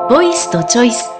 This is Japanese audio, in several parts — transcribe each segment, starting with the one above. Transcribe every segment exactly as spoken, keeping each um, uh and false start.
ボイスとチョイス。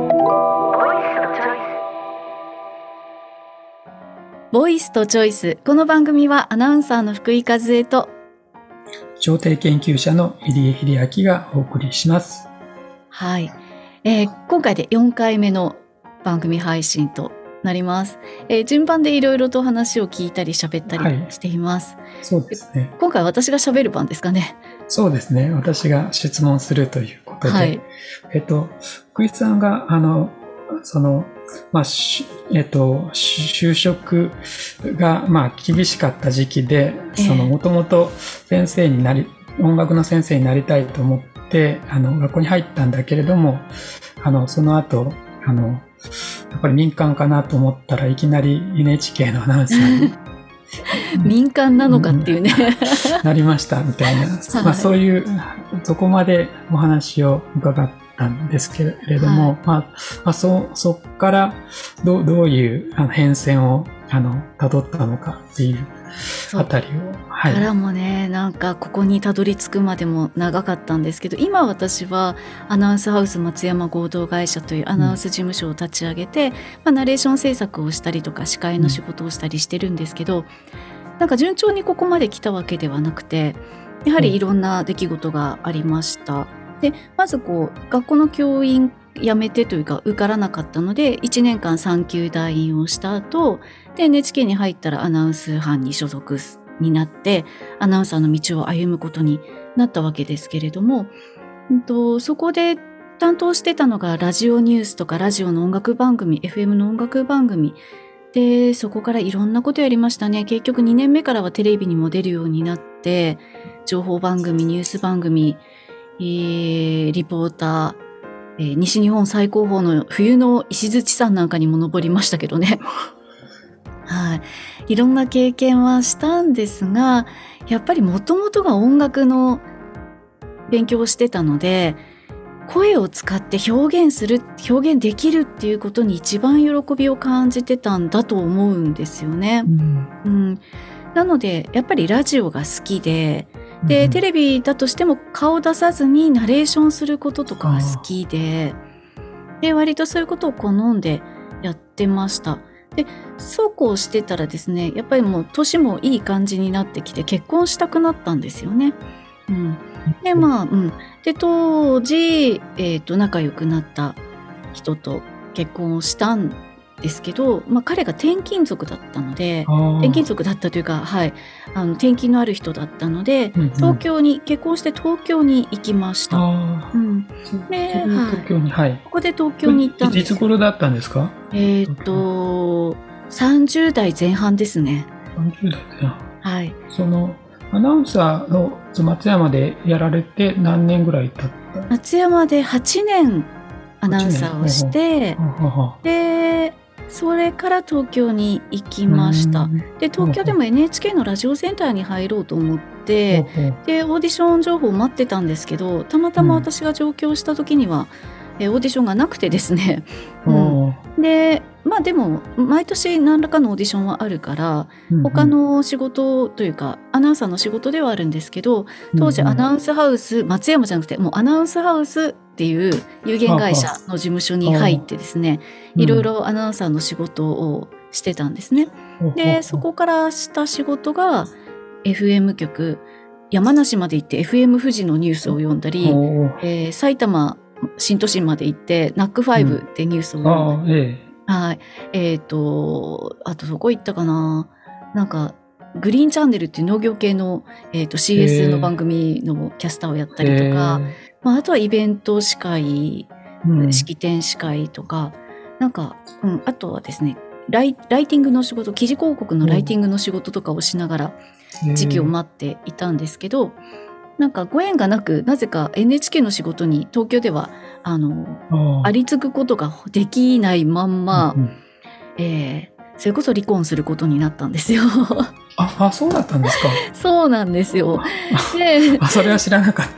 ボイスとチョイス。この番組はアナウンサーの福井和恵と調停研究者の入江秀明がお送りします。 はい、えー、今回でよんかいめの番組配信となります。えー、順番でいろいろと話を聞いたり喋ったりしています、 はい、そうですね。 今回私が喋る番ですかね。 そうですね。私が質問するということで、はい、えっと福井さんがあのそのまあえっと就職がまあ厳しかった時期で、そのもともと先生になり音楽の先生になりたいと思ってあの学校に入ったんだけれども、あのその後あのやっぱり民間かなと思ったらいきなり エヌエイチケー のアナウンサーに民間なのかっていうねなりましたみたいな、はい、まあ、そういうそこまでお話を伺ったんですけれども、はい、まあまあ、そそこからど う, どういうあの変遷をあの辿ったのかっていうあたりを、 はい、からもね、なんかここにたどり着くまでも長かったんですけど、今私はアナウンスハウス松山合同会社というアナウンス事務所を立ち上げて、うん、まあ、ナレーション制作をしたりとか司会の仕事をしたりしてるんですけど、うん、なんか順調にここまで来たわけではなくて、やはりいろんな出来事がありました。でまずこう学校の教員辞めてというか受からなかったのでいちねんかんさん級団員をした後で エヌエイチケー に入ったらアナウンス班に所属になってアナウンサーの道を歩むことになったわけですけれども、うんと、そこで担当してたのがラジオニュースとかラジオの音楽番組 エフエム の音楽番組で、そこからいろんなことやりましたね。結局にねんめからはテレビにも出るようになって情報番組ニュース番組、えー、リポーターえー、西日本最高峰の冬の石鎚山なんかにも登りましたけどねはい、いろんな経験はしたんですが、やっぱりもともとが音楽の勉強をしてたので、声を使って表現する表現できるっていうことに一番喜びを感じてたんだと思うんですよね、うんうん、なのでやっぱりラジオが好きでで、うん、テレビだとしても顔出さずにナレーションすることとかが好きで、で割とそういうことを好んでやってました。でそうこうしてたらですね、やっぱりもう年もいい感じになってきて結婚したくなったんですよね、うん、でまあ、うん、で当時、えーと、仲良くなった人と結婚をしたんですけど、まあ、彼が転勤族だったので転勤族だったというか、はい、あの転勤のある人だったので、うんうん、東京に結婚して東京に行きました。うん、で、 東京に、はい、 ここで東京に行ったんです。 いつ頃だったんですか？ えっとさんじゅうだいぜん半ですね。 さんじゅうだいぜん半、はい、そのアナウンサーの松山でやられて何年ぐらい経った？ 松山ではちねんアナウンサーをして、でそれから東京に行きました。で東京でも エヌエイチケー のラジオセンターに入ろうと思ってでオーディション情報を待ってたんですけど、たまたま私が上京した時には、うん、えオーディションがなくてですね、うん、でまあでも毎年何らかのオーディションはあるから、うんうん、他の仕事というかアナウンサーの仕事ではあるんですけど、当時アナウンスハウス松山じゃなくてもうアナウンスハウスっていう有限会社の事務所に入ってですね、いろいろアナウンサーの仕事をしてたんですね。でそこからした仕事が エフエム 局山梨まで行って エフエム 富士のニュースを読んだり、えー、埼玉新都心まで行ってナックファイブってニュースを読んだり、うん、はい、えっとあとどこ行ったかな、なんかグリーンチャンネルっていう農業系の、えー、と シーエス の番組のキャスターをやったりとか、まあ、あとはイベント司会、うん、式典司会とかなんか、うん、あとはですねライ、ライティングの仕事、記事広告のライティングの仕事とかをしながら時期を待っていたんですけど、なんかご縁がなくなぜか エヌエイチケー の仕事に東京ではあのありつくことができないまんま、うんうん、えー、それこそ離婚することになったんですよああ、そうだったんですか。 そうなんですよ。であ、それは知らなかった。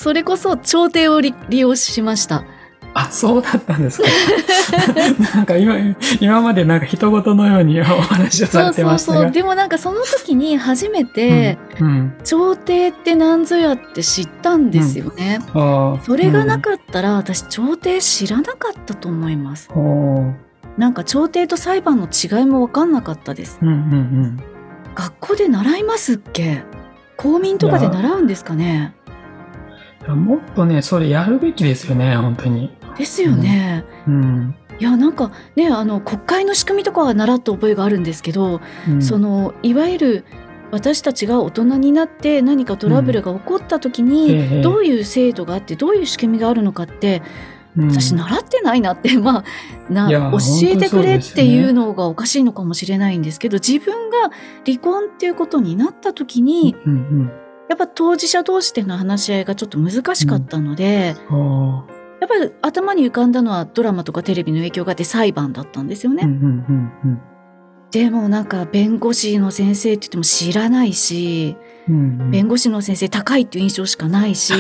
そうなんですよ。でもうそれこそ調停を利用しました。 あ、そうだったんですか。なんか今、今までなんか人事のようにお話をされてましたが。 そうそうそう。でもなんかその時に初めて、 うんうん、 調停って何ぞやって知ったんですよね。うん、あ、それがなかったら、うん、私調停知らなかったと思います。なんか調停と裁判の違いも分かんなかったです。うんうんうん、学校で習いますっけ？公民とかで習うんですかね？ いや、もっとね、それやるべきですよね、本当に。 ですよね。うんうん、いやなんかね、あの国会の仕組みとかは習った覚えがあるんですけど、うん、そのいわゆる私たちが大人になって何かトラブルが起こった時にどういう制度があってどういう仕組みがあるのかって、うん、私習ってないなって、まあ、な教えてくれっていうのがおかしいのかもしれないんですけど、自分が離婚っていうことになった時に、うんうん、やっぱ当事者同士での話し合いがちょっと難しかったので、うん、やっぱり頭に浮かんだのはドラマとかテレビの影響があって裁判だったんですよね。うんうんうんうん、でもなんか弁護士の先生って言っても知らないし、うんうん、弁護士の先生高いっていう印象しかないし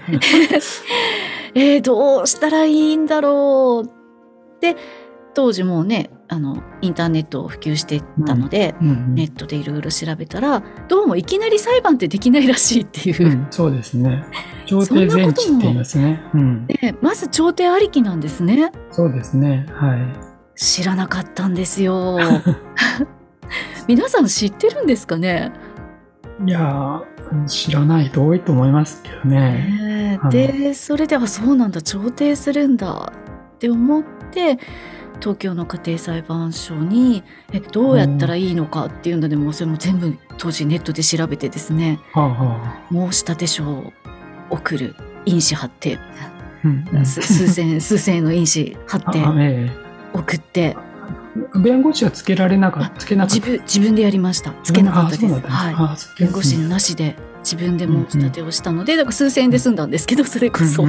えー、どうしたらいいんだろうって当時もうねあのインターネットを普及してたので、うんうんうん、ネットでいろいろ調べたらどうもいきなり裁判ってできないらしいっていう、うん、 そうですね、調停全治って言いますね、うん、 でまず調停ありきなんですね。 そうですね、はい、 知らなかったんですよ皆さん知ってるんですかね？ いや知らない人多いと思いますけどね。 えー、でそれではそうなんだ調停するんだって思って東京の家庭裁判所にえどうやったらいいのかっていうのでもそれも全部当時ネットで調べてですね、はあはあ、申立書を送る印紙貼って、うんうん、数千数千円の印紙貼って、えー、送って。 弁護士はつけられなかったつけなかった自分自分でやりました。つけなかったです。はい。弁護士なしで自分で申し立てをしたので、うんうん、だから数千円で済んだんですけど、それこそ。だ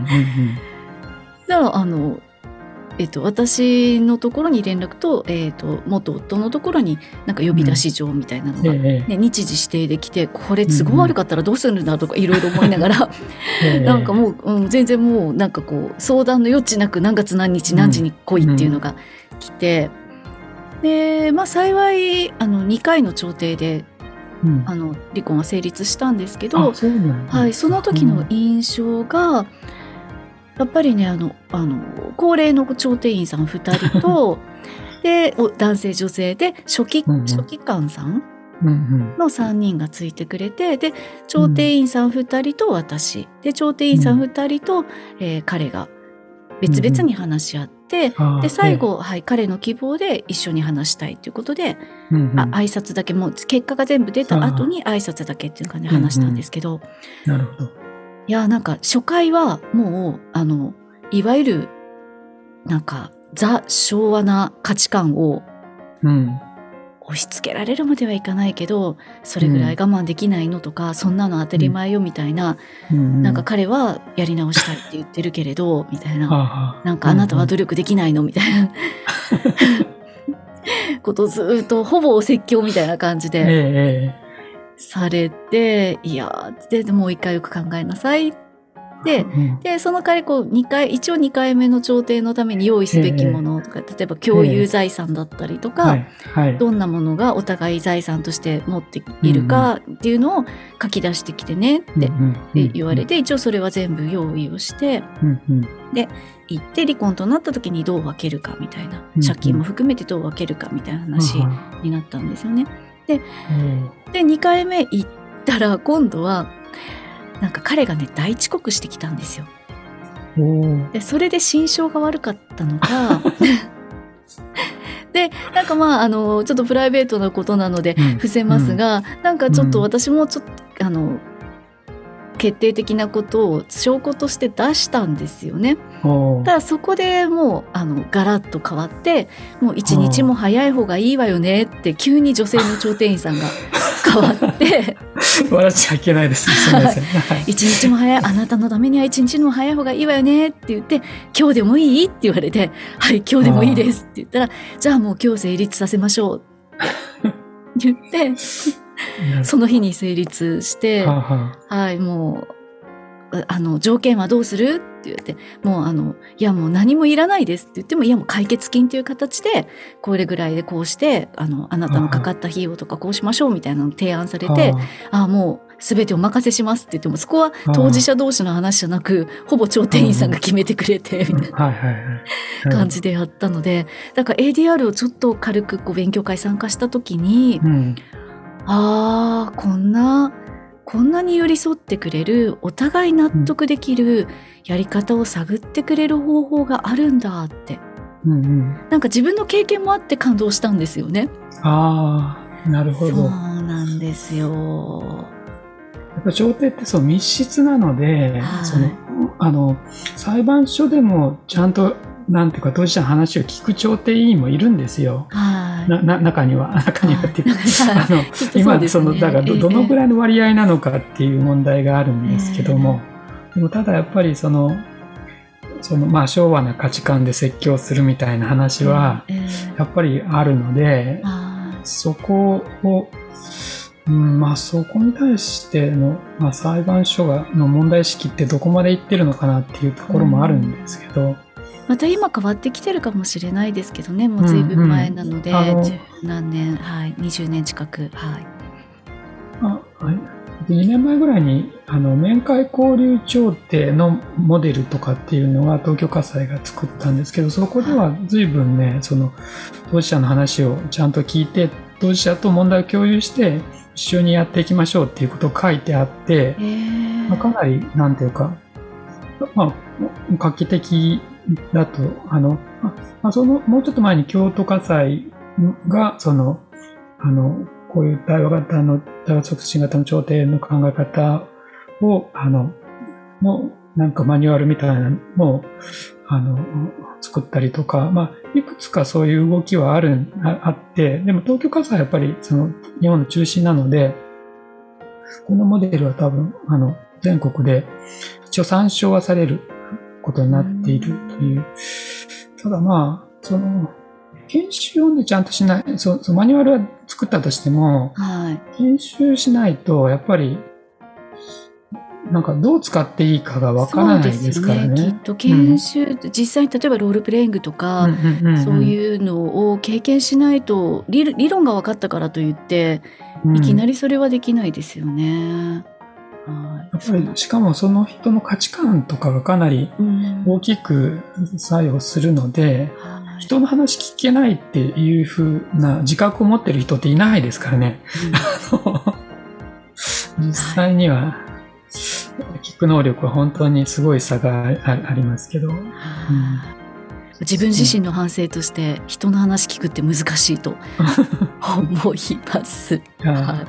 からあのえっと私のところに連絡と、えっと元夫のところになんか呼び出し状みたいなのが、ね、うん、日時指定できて、これ都合悪かったらどうするんだとかいろいろ思いながら、うん、なんかもう、うん、全然もうなんかこう相談の余地なく何月何日何時に来いっていうのが来て、で、まあ、幸いあのにかいの調停で、うん、あの離婚は成立したんですけど、はい、その時の印象がやっぱりねあのあの高齢の調停員さんふたりとで男性女性で書記、うんうん、書記官さんのさんにんがついてくれて、で調停員さんふたりと私で調停員さんふたりと、うんえー、彼が別々に話し合って、うん、で最後、はい、彼の希望で一緒に話したいということで、うんうん、あ挨拶だけもう結果が全部出た後に挨拶だけっていう感じで話したんですけど、 うんうん、なるほど。 いやなんか初回はもうあのいわゆるなんかザ昭和な価値観を押し付けられるまではいかないけど、それぐらい我慢できないのとか、うん、そんなの当たり前よみたいな、うん、なんか彼はやり直したいって言ってるけれどみたいな、うん、なんかあなたは努力できないのみたいな、うん、ことをずっとほぼお説教みたいな感じで、ええされて、いやでもう一回よく考えなさいで、うん、でその代わりこうにかい一応にかいめの調停のために用意すべきものとか、えー、例えば共有財産だったりとか、えーはいはい、どんなものがお互い財産として持っているかっていうのを書き出してきてねって言われて、一応それは全部用意をして、うんうん、で行って離婚となった時にどう分けるかみたいな、うんうん、借金も含めてどう分けるかみたいな話になったんですよね。で、でにかいめ行ったら今度はなんか彼がね大遅刻してきたんですよ。でそれで心象が悪かったのかでなんかまああのちょっとプライベートなことなので伏せますが、うん、なんかちょっと私もちょっと、うん、あの決定的なことを証拠として出したんですよね。ただそこでもうあのガラッと変わって、もう一日も早い方がいいわよねって急に女性の調停員さんが変わって笑っちゃいけないですね、すみません一日も早い、あなたのためには一日も早い方がいいわよねって言って、今日でもいいって言われて、はい今日でもいいですって言ったら、じゃあもう今日成立させましょうって言ってその日に成立して、はあはあ、はいもうあの条件はどうするって言って、もうあのいやもう何もいらないですって言っても、いやもう解決金という形でこれぐらいでこうしてあのあなたのかかった費用とかこうしましょうみたいなのを提案されて、ああもう全てお任せしますって言っても、そこは当事者同士の話じゃなくほぼ調停員さんが決めてくれてみたいな感じでやったので、だから エーディーアール をちょっと軽くこう勉強会参加した時に、うん、ああこんなこんなに寄り添ってくれる、お互い納得できるやり方を探ってくれる方法があるんだって、うんうん、なんか自分の経験もあって感動したんですよね。 ああ、なるほど。 そうなんですよ。 やっぱ調停ってそう密室なので、はい、そのあの裁判所でもちゃんとなんていうか当事者の話を聞く調停委員もいるんですよ。はい、なな中には中にはっていう、はい、あの今そのだから ど, どのぐらいの割合なのかっていう問題があるんですけども、えー、でもただやっぱりそのそのまあ昭和な価値観で説教するみたいな話はやっぱりあるので、えー、そこをうんまあ、そこに対しての、まあ、裁判所がの問題意識ってどこまでいってるのかなっていうところもあるんですけど、うん、 また今変わってきてるかもしれないですけどね、もうずいぶん前なので、うんうん、十何年、はい、にじゅうねん近く、はい、 あはい、にねんまえぐらいにあの面会交流調停のモデルとかっていうのが東京家裁が作ったんですけど、そこではずいぶんねその当事者の話をちゃんと聞いて当事者と問題を共有して一緒にやっていきましょうっていうことを書いてあって、まあ、かなりなんていうか、まあ、画期的だとあの、まあ、そのもうちょっと前に京都家裁がそのあのこういう対話型の対話促進型の調停の考え方をあののなんかマニュアルみたいなのをあの作ったりとか、まあ、いくつかそういう動きはある あ, あってでも東京家裁はやっぱりその日本の中心なので、このモデルは多分あの全国で一応参照はされることになっているという。ただまあその研修をねちゃんとしない、そそマニュアルは作ったとしても、はい、研修しないとやっぱりなんかどう使っていいかがわからないですからね。そうですね。 きっと研修、うん、実際に例えばロールプレイングとか、うんうんうんうん、そういうのを経験しないと 理, 理論が分かったからといって、うん、いきなりそれはできないですよね。 はい、やっぱりしかもその人の価値観とかがかなり大きく作用するので、うん、人の話聞けないっていう風な自覚を持ってる人っていないですからね。うん、実際には、はい聞く能力は本当にすごい差が あ, ありますけど、うん、 自分自身の反省として人の話聞くって難しいと思います。はい、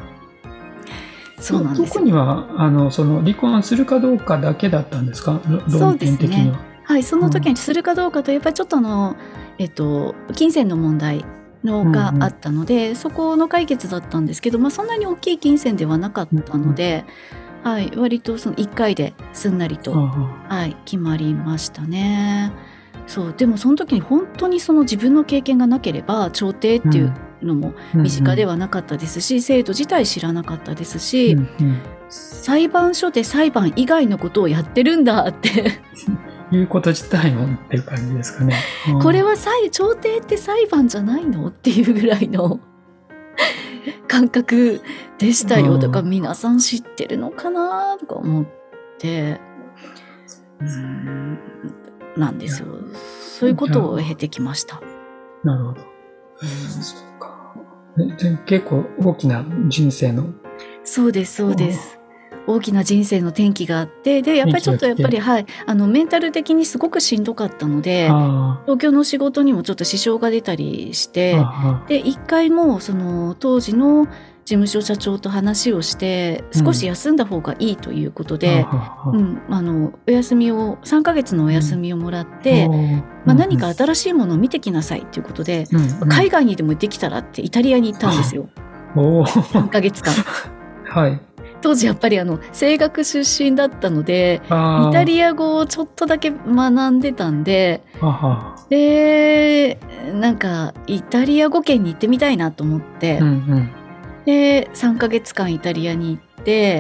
そうなんですよ。 特にはあのその離婚するかどうかだけだったんですか、論点的には。 はい、その時にするかどうかとやっぱりちょっとあの、えっと、金銭の問題のがあったので、うんうん、そこの解決だったんですけど、まあ、そんなに大きい金銭ではなかったので、うんうんはい、割とそのいっかいですんなりと、はい、決まりましたね。そうでもその時に本当にその自分の経験がなければ調停っていうのも身近ではなかったですし、うんうん、制度自体知らなかったですし、うんうん、裁判所で裁判以外のことをやってるんだっていうこと自体もっていう感じですかね。 うん、これは調停って裁判じゃないのっていうぐらいの感覚でしたよ。だから皆さん知ってるのかなとか思ってうーんなんですよ。そういうことを経てきました。 なるほど、うん、そうか。結構大きな人生のそうですそうです大きな人生の転機があって、でやっぱりちょっとやっぱり、はい、あのメンタル的にすごくしんどかったので東京の仕事にもちょっと支障が出たりして、で一回もその当時の事務所社長と話をして少し休んだ方がいいということで、うんうん、あのお休みをさんかげつのお休みをもらって、うんまあ、何か新しいものを見てきなさいということで、うんうん、海外にでもできたらってイタリアに行ったんですよ。さんかげつかんはい当時やっぱりあの声楽出身だったのでイタリア語をちょっとだけ学んでたんで、でなんかイタリア語圏に行ってみたいなと思って、うんうん、でさんかげつかんイタリアに行って、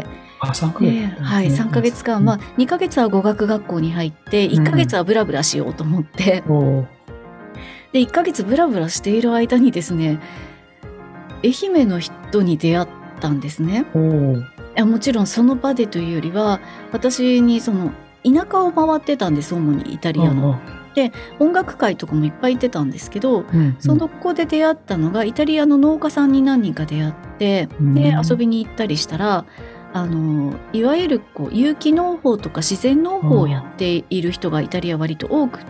あ、さんかげつ、 で、はい、さんかげつかん、まあ、にかげつは語学学校に入っていっかげつはブラブラしようと思って、 うん、 でいっかげつブラブラしている間にですね、愛媛の人に出会ったんですね。いやもちろんその場でというよりは、私にその田舎を回ってたんです、主にイタリアの。で音楽会とかもいっぱい行ってたんですけど、うんうん、その子で出会ったのがイタリアの農家さんに何人か出会って、うん、で遊びに行ったりしたら、あのいわゆるこう有機農法とか自然農法をやっている人がイタリア割と多くって、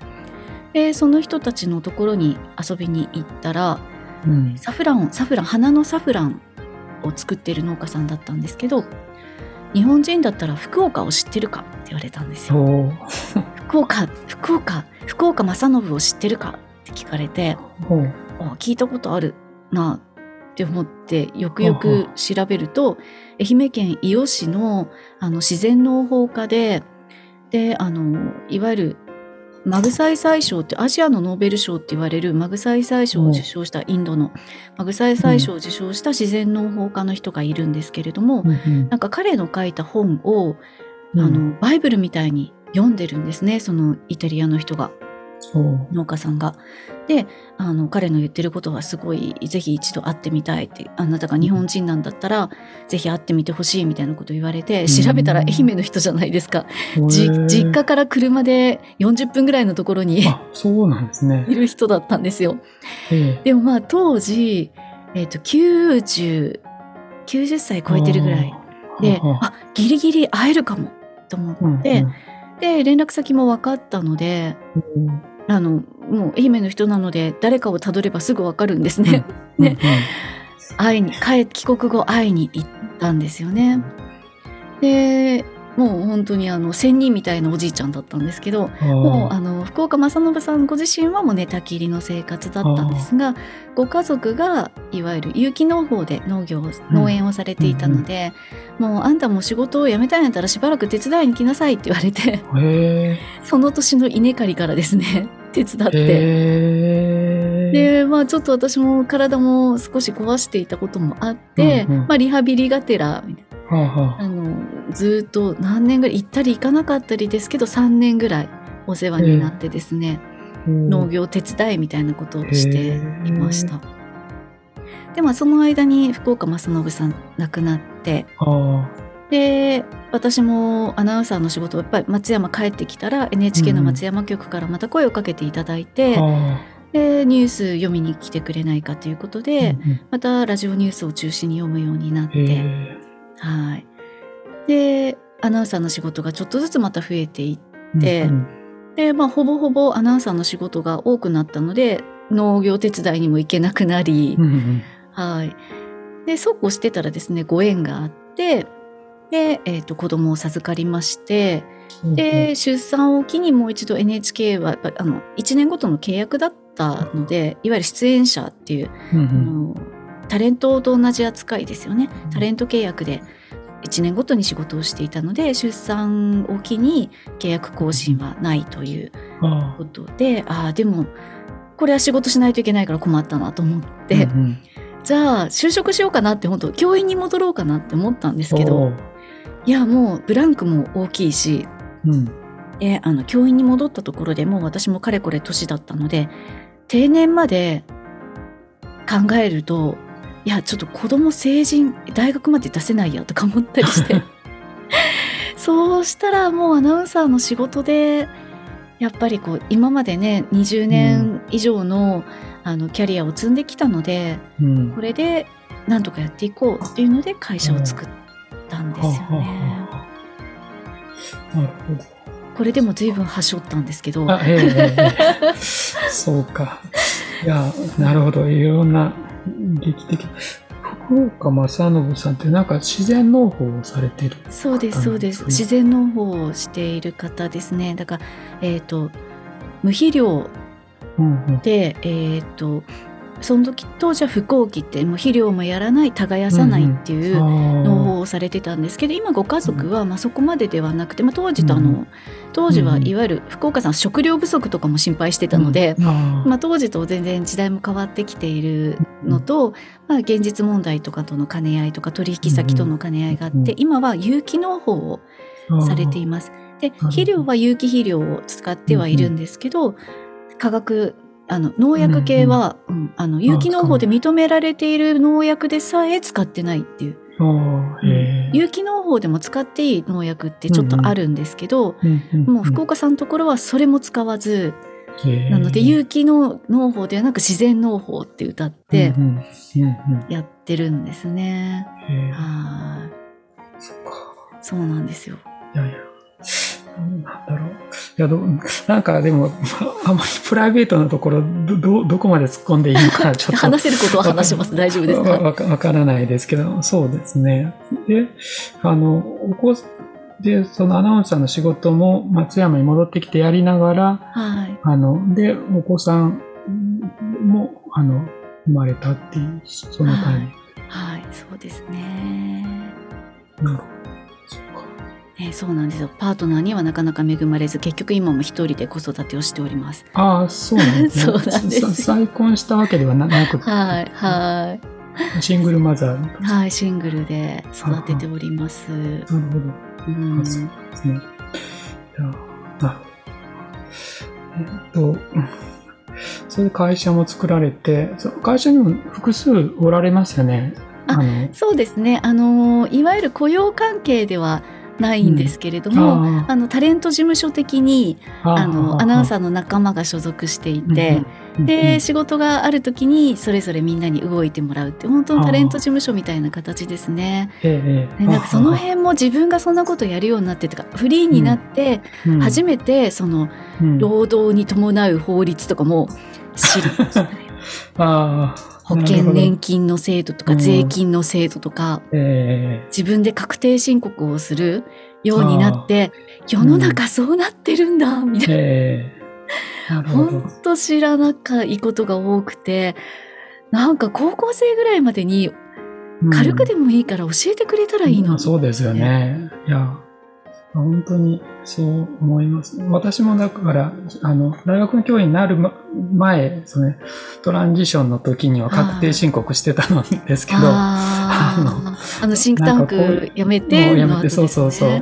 でその人たちのところに遊びに行ったら、うん、サフランをサフラン花のサフランを作っている農家さんだったんですけど、日本人だったら福岡を知ってるかって言われたんですよ。福岡福岡福岡正信を知ってるかって聞かれて、聞いたことあるなって思ってよくよく調べると、愛媛県伊予市の、あの自然農法家で、であのいわゆるマグサイサイ賞ってアジアのノーベル賞って言われるマグサイサイ賞を受賞した、インドのマグサイサイ賞を受賞した自然農法家の人がいるんですけれども、うんうん、なんか彼の書いた本をあのバイブルみたいに読んでるんですね、そのイタリアの人が、農家さんが。であの彼の言ってることはすごい、ぜひ一度会ってみたいって、あなたが日本人なんだったらぜひ会ってみてほしいみたいなことを言われて、調べたら愛媛の人じゃないですか。じ実家から車でよんじゅっぷんぐらいのところにあそうなんですね、 いる人だったんですよ。でもまあ当時、えーと、きゅうじゅう、きゅうじゅっさい超えてるぐらいで、あギリギリ会えるかもと思って、うんうん、で連絡先も分かったので、うん、あのもう愛媛の人なので誰かをたどればすぐ分かるんですね。うんうんうん、会いに帰帰国後会いに行ったんですよね。でもう本当にあの仙人みたいなおじいちゃんだったんですけど、もうあの福岡正信さんご自身はもう寝たきりの生活だったんですが、ご家族がいわゆる有機農法で農業農園をされていたので、うんうんうん、もうあんたも仕事を辞めたいんやったらしばらく手伝いに来なさいって言われて、その年の稲刈りからですね手伝って、で、まあ、ちょっと私も体も少し壊していたこともあって、うんうん、まあ、リハビリがてらみたいな、はあはあ、あのずっと何年ぐらい行ったり行かなかったりですけどさんねんぐらいお世話になってですね、農業手伝いみたいなことをしていました。で、まあ、その間に福岡正信さん亡くなって、で私もアナウンサーの仕事をやっぱり松山帰ってきたら エヌエイチケー の松山局からまた声をかけていただいて、うん、でニュース読みに来てくれないかということで、うん、またラジオニュースを中心に読むようになって、はい、でアナウンサーの仕事がちょっとずつまた増えていって、うんうん、で、まあ、ほぼほぼアナウンサーの仕事が多くなったので農業手伝いにも行けなくなり、うんうん、はい、でそうこうしてたらですね、ご縁があって、で、えーと、子供を授かりまして、うんうん、で出産を機にもう一度 エヌエイチケー はやっぱあのいちねんごとの契約だったので、いわゆる出演者っていう、うんうん、あのタレントと同じ扱いですよね。タレント契約でいちねんごとに仕事をしていたので、出産を機に契約更新はないということで、ああでもこれは仕事しないといけないから困ったなと思って、うんうん、じゃあ就職しようかなって、本当教員に戻ろうかなって思ったんですけど、いやもうブランクも大きいし、うん、であの教員に戻ったところでもう私もかれこれ年だったので定年まで考えると、いやちょっと子供成人大学まで出せないやとか思ったりしてそうしたらもうアナウンサーの仕事でやっぱりこう今までねにじゅうねん以上の、うん、あのキャリアを積んできたので、うん、これでなんとかやっていこうっていうので会社を作ったんですよね。うん、なるほど。これでも随分はしょったんですけど。 あ、えーえー、そうか。いや、なるほど。いろんな劇的。福岡正信さんってなんか自然農法をされてる、ね、 そうですそうです。自然農法をしている方ですね。だからえっ、ー、と無肥料で、うんうん、えっ、ー、とその時当時は不耕起ってもう肥料もやらない耕さないっていう農法をされてたんですけど、うんうん、今ご家族はまあそこまでではなくて、まあ、当時とあの、うん、当時はいわゆる福岡さん食料不足とかも心配してたので、うんうん、まあ、当時と全然時代も変わってきているのと、まあ、現実問題とかとの兼ね合いとか取引先との兼ね合いがあって、今は有機農法をされています。で、肥料は有機肥料を使ってはいるんですけど、化学あの農薬系は、うんうん、あの有機農法で認められている農薬でさえ使ってないっていう。うん、有機農法でも使っていい農薬ってちょっとあるんですけど、うんうん、もう福岡さんのところはそれも使わず、なので有機の農法ではなく自然農法って歌ってやってるんですね。はい。そっか。そうなんですよ。 いやいや。なんだろう。いやどなんかでもあまりプライベートなところ ど, どこまで突っ込んでいいのかちょっと話せることは話します。大丈夫ですか？ わからないですけど、そうですね。で、あのお子でそのアナウンサーの仕事も松山に戻ってきてやりながら、はい、あのでお子さんもあの生まれたっていうそのタイミング。 はい、はい、そうですね。 なるほど。 えー、そうなんですよ。パートナーにはなかなか恵まれず、結局今も一人で子育てをしております。 ああ、そうなんですね。そうなんです。再婚したわけではなくて、 はいはい。 シングルマザー。 はい、シングルで育てております。なるほど。うん、そうですね。じゃあ、なるほど。えっと、そういう会社も作られて、会社にも複数おられますよね。 あのそうですね。あのいわゆる雇用関係ではないんですけれども、うん、ああのタレント事務所的にあのアナウンサーの仲間が所属していて、うん、で、うん、仕事がある時にそれぞれみんなに動いてもらうって本当のタレント事務所みたいな形ですね。でなんかその辺も自分がそんなことやるようになってとかフリーになって初めてその労働に伴う法律とかも知りましたね。あ保険年金の制度とか税金の制度とか、うんえー、自分で確定申告をするようになって世の中そうなってるんだ、うん、みたいな、えー、本当知らないことが多くてなんか高校生ぐらいまでに軽くでもいいから教えてくれたらいいの、 うん、そうですよね。いや本当にそう思います。私もだからあの大学の教員になる前その、ね、トランジションの時には確定申告してたのですけど、 ああのあのシンクタンクやめてやめてそうそうそう、うん、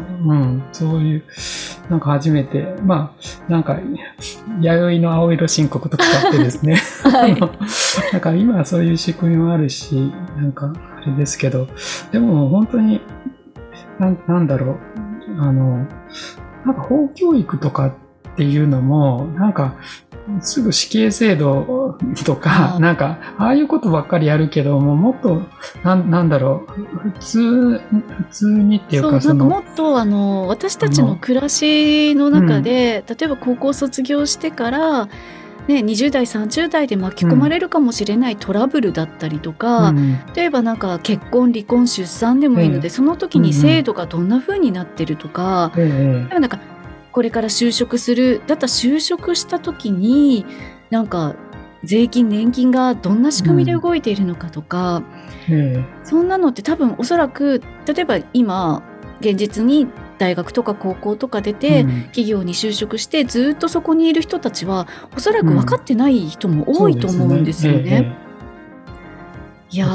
そういうなんか初めてまあなんか弥生の青色申告とかあってですね、はい、なんか今はそういう仕組みもあるしなんかあれですけどでも本当にな ん, なんだろうあのなんか法教育とかっていうのもなんかすぐ死刑制度とかなんかああいうことばっかりやるけどももっと な, なんだろう普通普通にっていうかそうなんかもっとあの私たちの暮らしの中で、うん、例えば高校卒業してからね、にじゅう代さんじゅう代で巻き込まれるかもしれないトラブルだったりとか、うん、例えばなんか結婚離婚出産でもいいので、えー、その時に制度がどんな風になってるとか、えー、なんかこれから就職するだったら就職した時になんか税金年金がどんな仕組みで動いているのかとか、うんえー、そんなのって多分おそらく例えば今現実に大学とか高校とか出て、うん、企業に就職してずっとそこにいる人たちはおそらく分かってない人も多いと思うんですよね。うんええ、いやー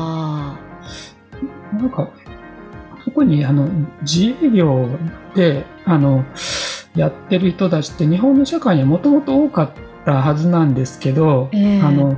なんか特にあの自営業であのやってる人たちって日本の社会にはもともと多かったはずなんですけど、えー、あの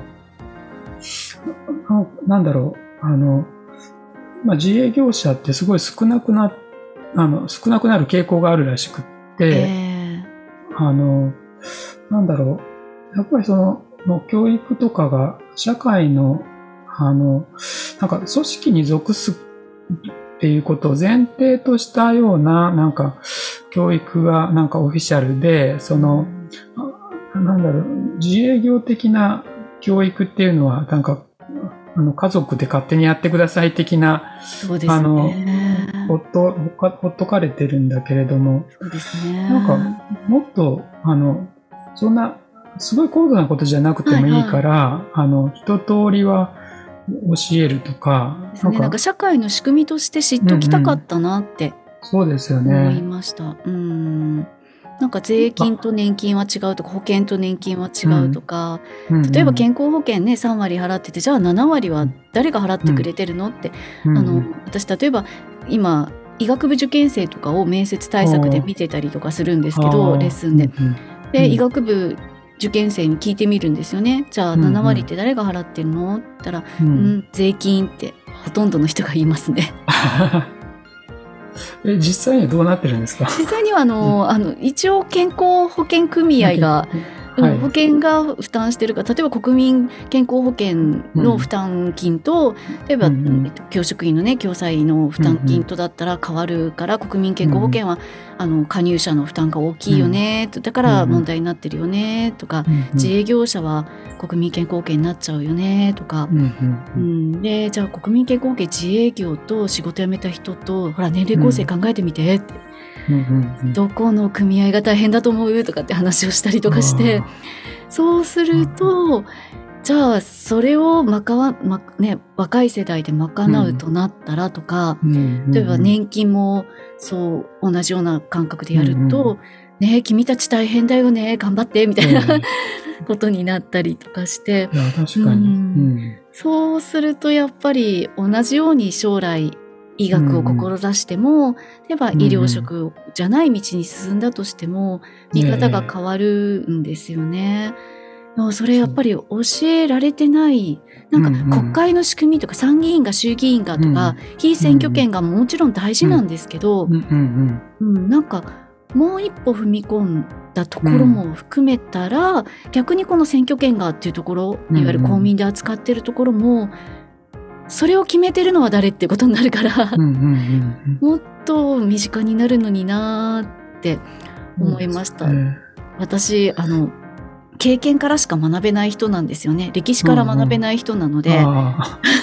なんだろうあの、まあ、自営業者ってすごい少なくなってあの少なくなる傾向があるらしくって、えー、あのなんだろうやっぱりそのの教育とかが社会のあのなんか組織に属すっていうことを前提としたようななんか教育がなんかオフィシャルでそのなんだろう自営業的な教育っていうのはなんかあの家族で勝手にやってください的なそうですね、 あのほっとほっとかれてるんだけれども、 そうですね、 なんかもっとあのそんなすごい高度なことじゃなくてもいいから、はいはい、あの一通りは教えるとか、 ですね、なんか、なんか社会の仕組みとして知っておきたかったなって、 うんうん、そうですよね、 思いました。うんなんか税金と年金は違うとか保険と年金は違うとか、うん、例えば健康保険ねさんわり払ってて、じゃあななわりは誰が払ってくれてるのって、うん、あの私例えば今医学部受験生とかを面接対策で見てたりとかするんですけど、レッスンで、うん、で医学部受験生に聞いてみるんですよね。じゃあななわりって誰が払ってるのって言ったら、うん、うん、税金ってほとんどの人が言いますね。 え実際にはどうなってるんですか？ 実際にはあの、うん、あの一応健康保険組合が、はい、保険が負担してるから、例えば国民健康保険の負担金と、うん、例えば、うんえっと、教職員のね共済の負担金とだったら変わるから、うん、国民健康保険は、うん、あの加入者の負担が大きいよね、うん、だから問題になってるよねとか、うん、自営業者は国民健康保険になっちゃうよねとか、うんうん、でじゃあ国民健康保険自営業と仕事辞めた人とほら年齢構成考えてみてって、うんうんうん、どこの組合が大変だと思うとかって話をしたりとかして、そうすると、うん、じゃあそれをまかわ、まね、若い世代で賄うとなったらとか、うん、例えば年金もそう同じような感覚でやると、うんうんね、君たち大変だよね頑張ってみたいな、うん、ことになったりとかして、 いや確かに、うん、 そうするとやっぱり同じように将来医学を志しても、うん、例えば医療職じゃない道に進んだとしても、うん、見方が変わるんですよね。ね、それやっぱり教えられてない、なんか国会の仕組みとか参議院が衆議院がとか、うん、非選挙権がもちろん大事なんですけど、うんうんうん、なんかもう一歩踏み込んだところも含めたら、うん、逆にこの選挙権がっていうところ、いわゆる公民で扱ってるところも、それを決めてるのは誰ってことになるから、うんうんうん、もっと身近になるのになって思いました。ね、私あの経験からしか学べない人なんですよね。歴史から学べない人なので、うんうん、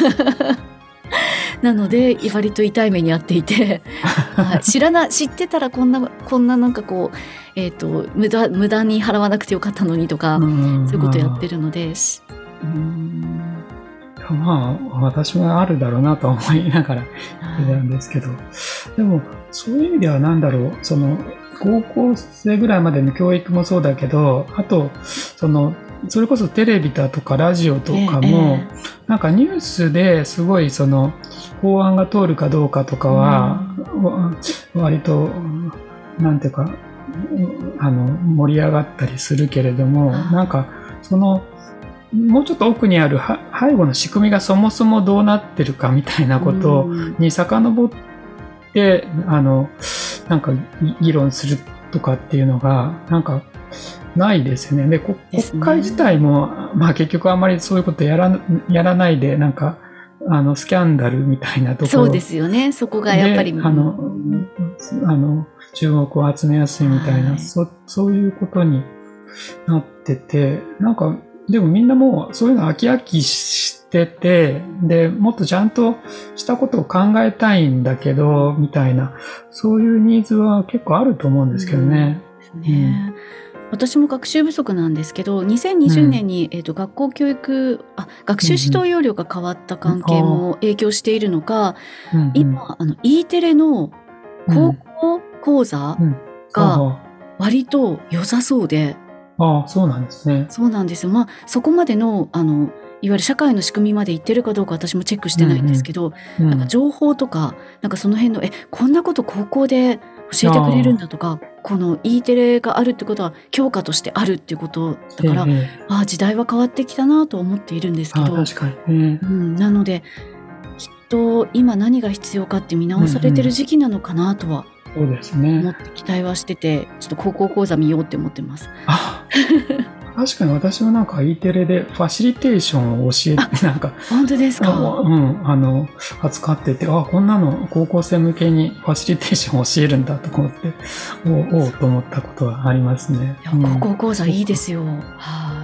なので割と痛い目に遭っていて、はい、知らな知ってたらこんなこんななんかこう、えーと、無駄無駄に払わなくてよかったのにとか、うん、そういうことやってるので、うーんまあ私もあるだろうなと思いながら言ってたんですけど、でもそういう意味ではなんだろう、その高校生ぐらいまでの教育もそうだけど、あとそのそれこそテレビだとかラジオとかも、ええ、なんかニュースですごいその法案が通るかどうかとかは、うん、割となんていうかあの盛り上がったりするけれども、なんかそのもうちょっと奥にある背後の仕組みがそもそもどうなってるかみたいなことに遡ってあのなんか議論するとかっていうのがなんかないですよね。で、国会自体も、まあ、結局あんまりそういうことやら、やらないでなんかあのスキャンダルみたいなところそうですよね。そこがやっぱりあのあの注目を集めやすいみたいな、はい、そ, そういうことになってて、なんかでもみんなもうそういうの飽き飽きしてて、でもっとちゃんとしたことを考えたいんだけどみたいな、そういうニーズは結構あると思うんですけどね。 うんですね。うん、私も学習不足なんですけど、にせんにじゅうねんに、うん、えーと、学校教育あ学習指導要領が変わった関係も影響しているのか、うんうん、今あの E テレの高校講座が割と良さそうで、 ああ、そうなんですね。 そうなんですよ。まあそこまでのあのいわゆる社会の仕組みまで言ってるかどうか私もチェックしてないんですけど、うんうん、なんか情報とかなんかその辺のえこんなこと高校で教えてくれるんだとか、この E テレがあるってことは教科としてあるっていうことだから、ええ、ああ時代は変わってきたなと思っているんですけど、 あ確かに、ねうん、なのできっと今何が必要かって見直されてる時期なのかなとは、 うんうん、そうですね、 思って期待はしてて、ちょっと高校講座見ようって思ってます。 あ確かに私もなんか E テレでファシリテーションを教えてなんか本当ですか、 うん、あの扱ってて、あこんなの高校生向けにファシリテーションを教えるんだと思っておおうと思ったことはありますね。 いや、うん、高校講座いいですよ。はい。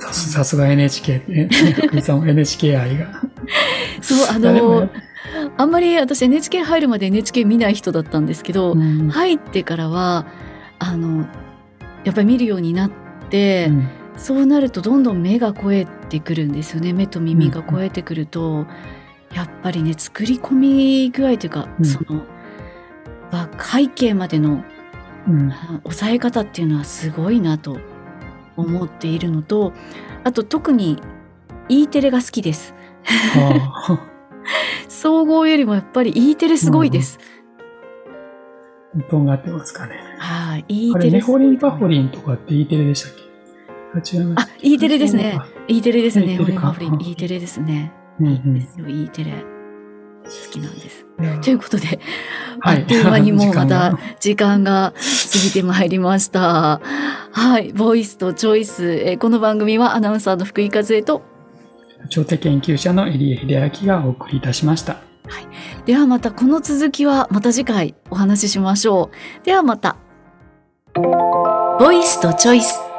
さ, さすが エヌエイチケー 福井さんも エヌエイチケー 愛がそうあのあんまり私 エヌエイチケー 入るまで エヌエイチケー 見ない人だったんですけど、うん、入ってからはあのやっぱり見るようになってで、うん、そうなるとどんどん目が肥えてくるんですよね。目と耳が肥えてくると、うん、やっぱりね作り込み具合というか、うん、その背景までのうん、 抑え方っていうのはすごいなと思っているのと、あと特に E テレが好きです。 あ総合よりもやっぱり E テレすごいです。 日本が合ってますかね。 はい、E あれ、 テレネホリンパすごいと思います。 ホリンとかって E テレでしたっけ？あ、違いまあ、 したっけ？ E テレですそう、 ね。 あ、 E テレですね。 E テホレか。 リンパフリン E テレですね。 うんういいでん。 すよ E テレ。好きなんです。 いや、 ということで、あはい。 っという間に時もうまた間が。 時間が過ぎてまいりました。はい、ボイスとチョイス、えーこの番組はアナウンサーの福井和恵と、 調停研究者の入江秀明がお送りいたしました。 はい、ではまたこの続きはまた次回お話ししましょう。ではまた。ボイスとチョイス。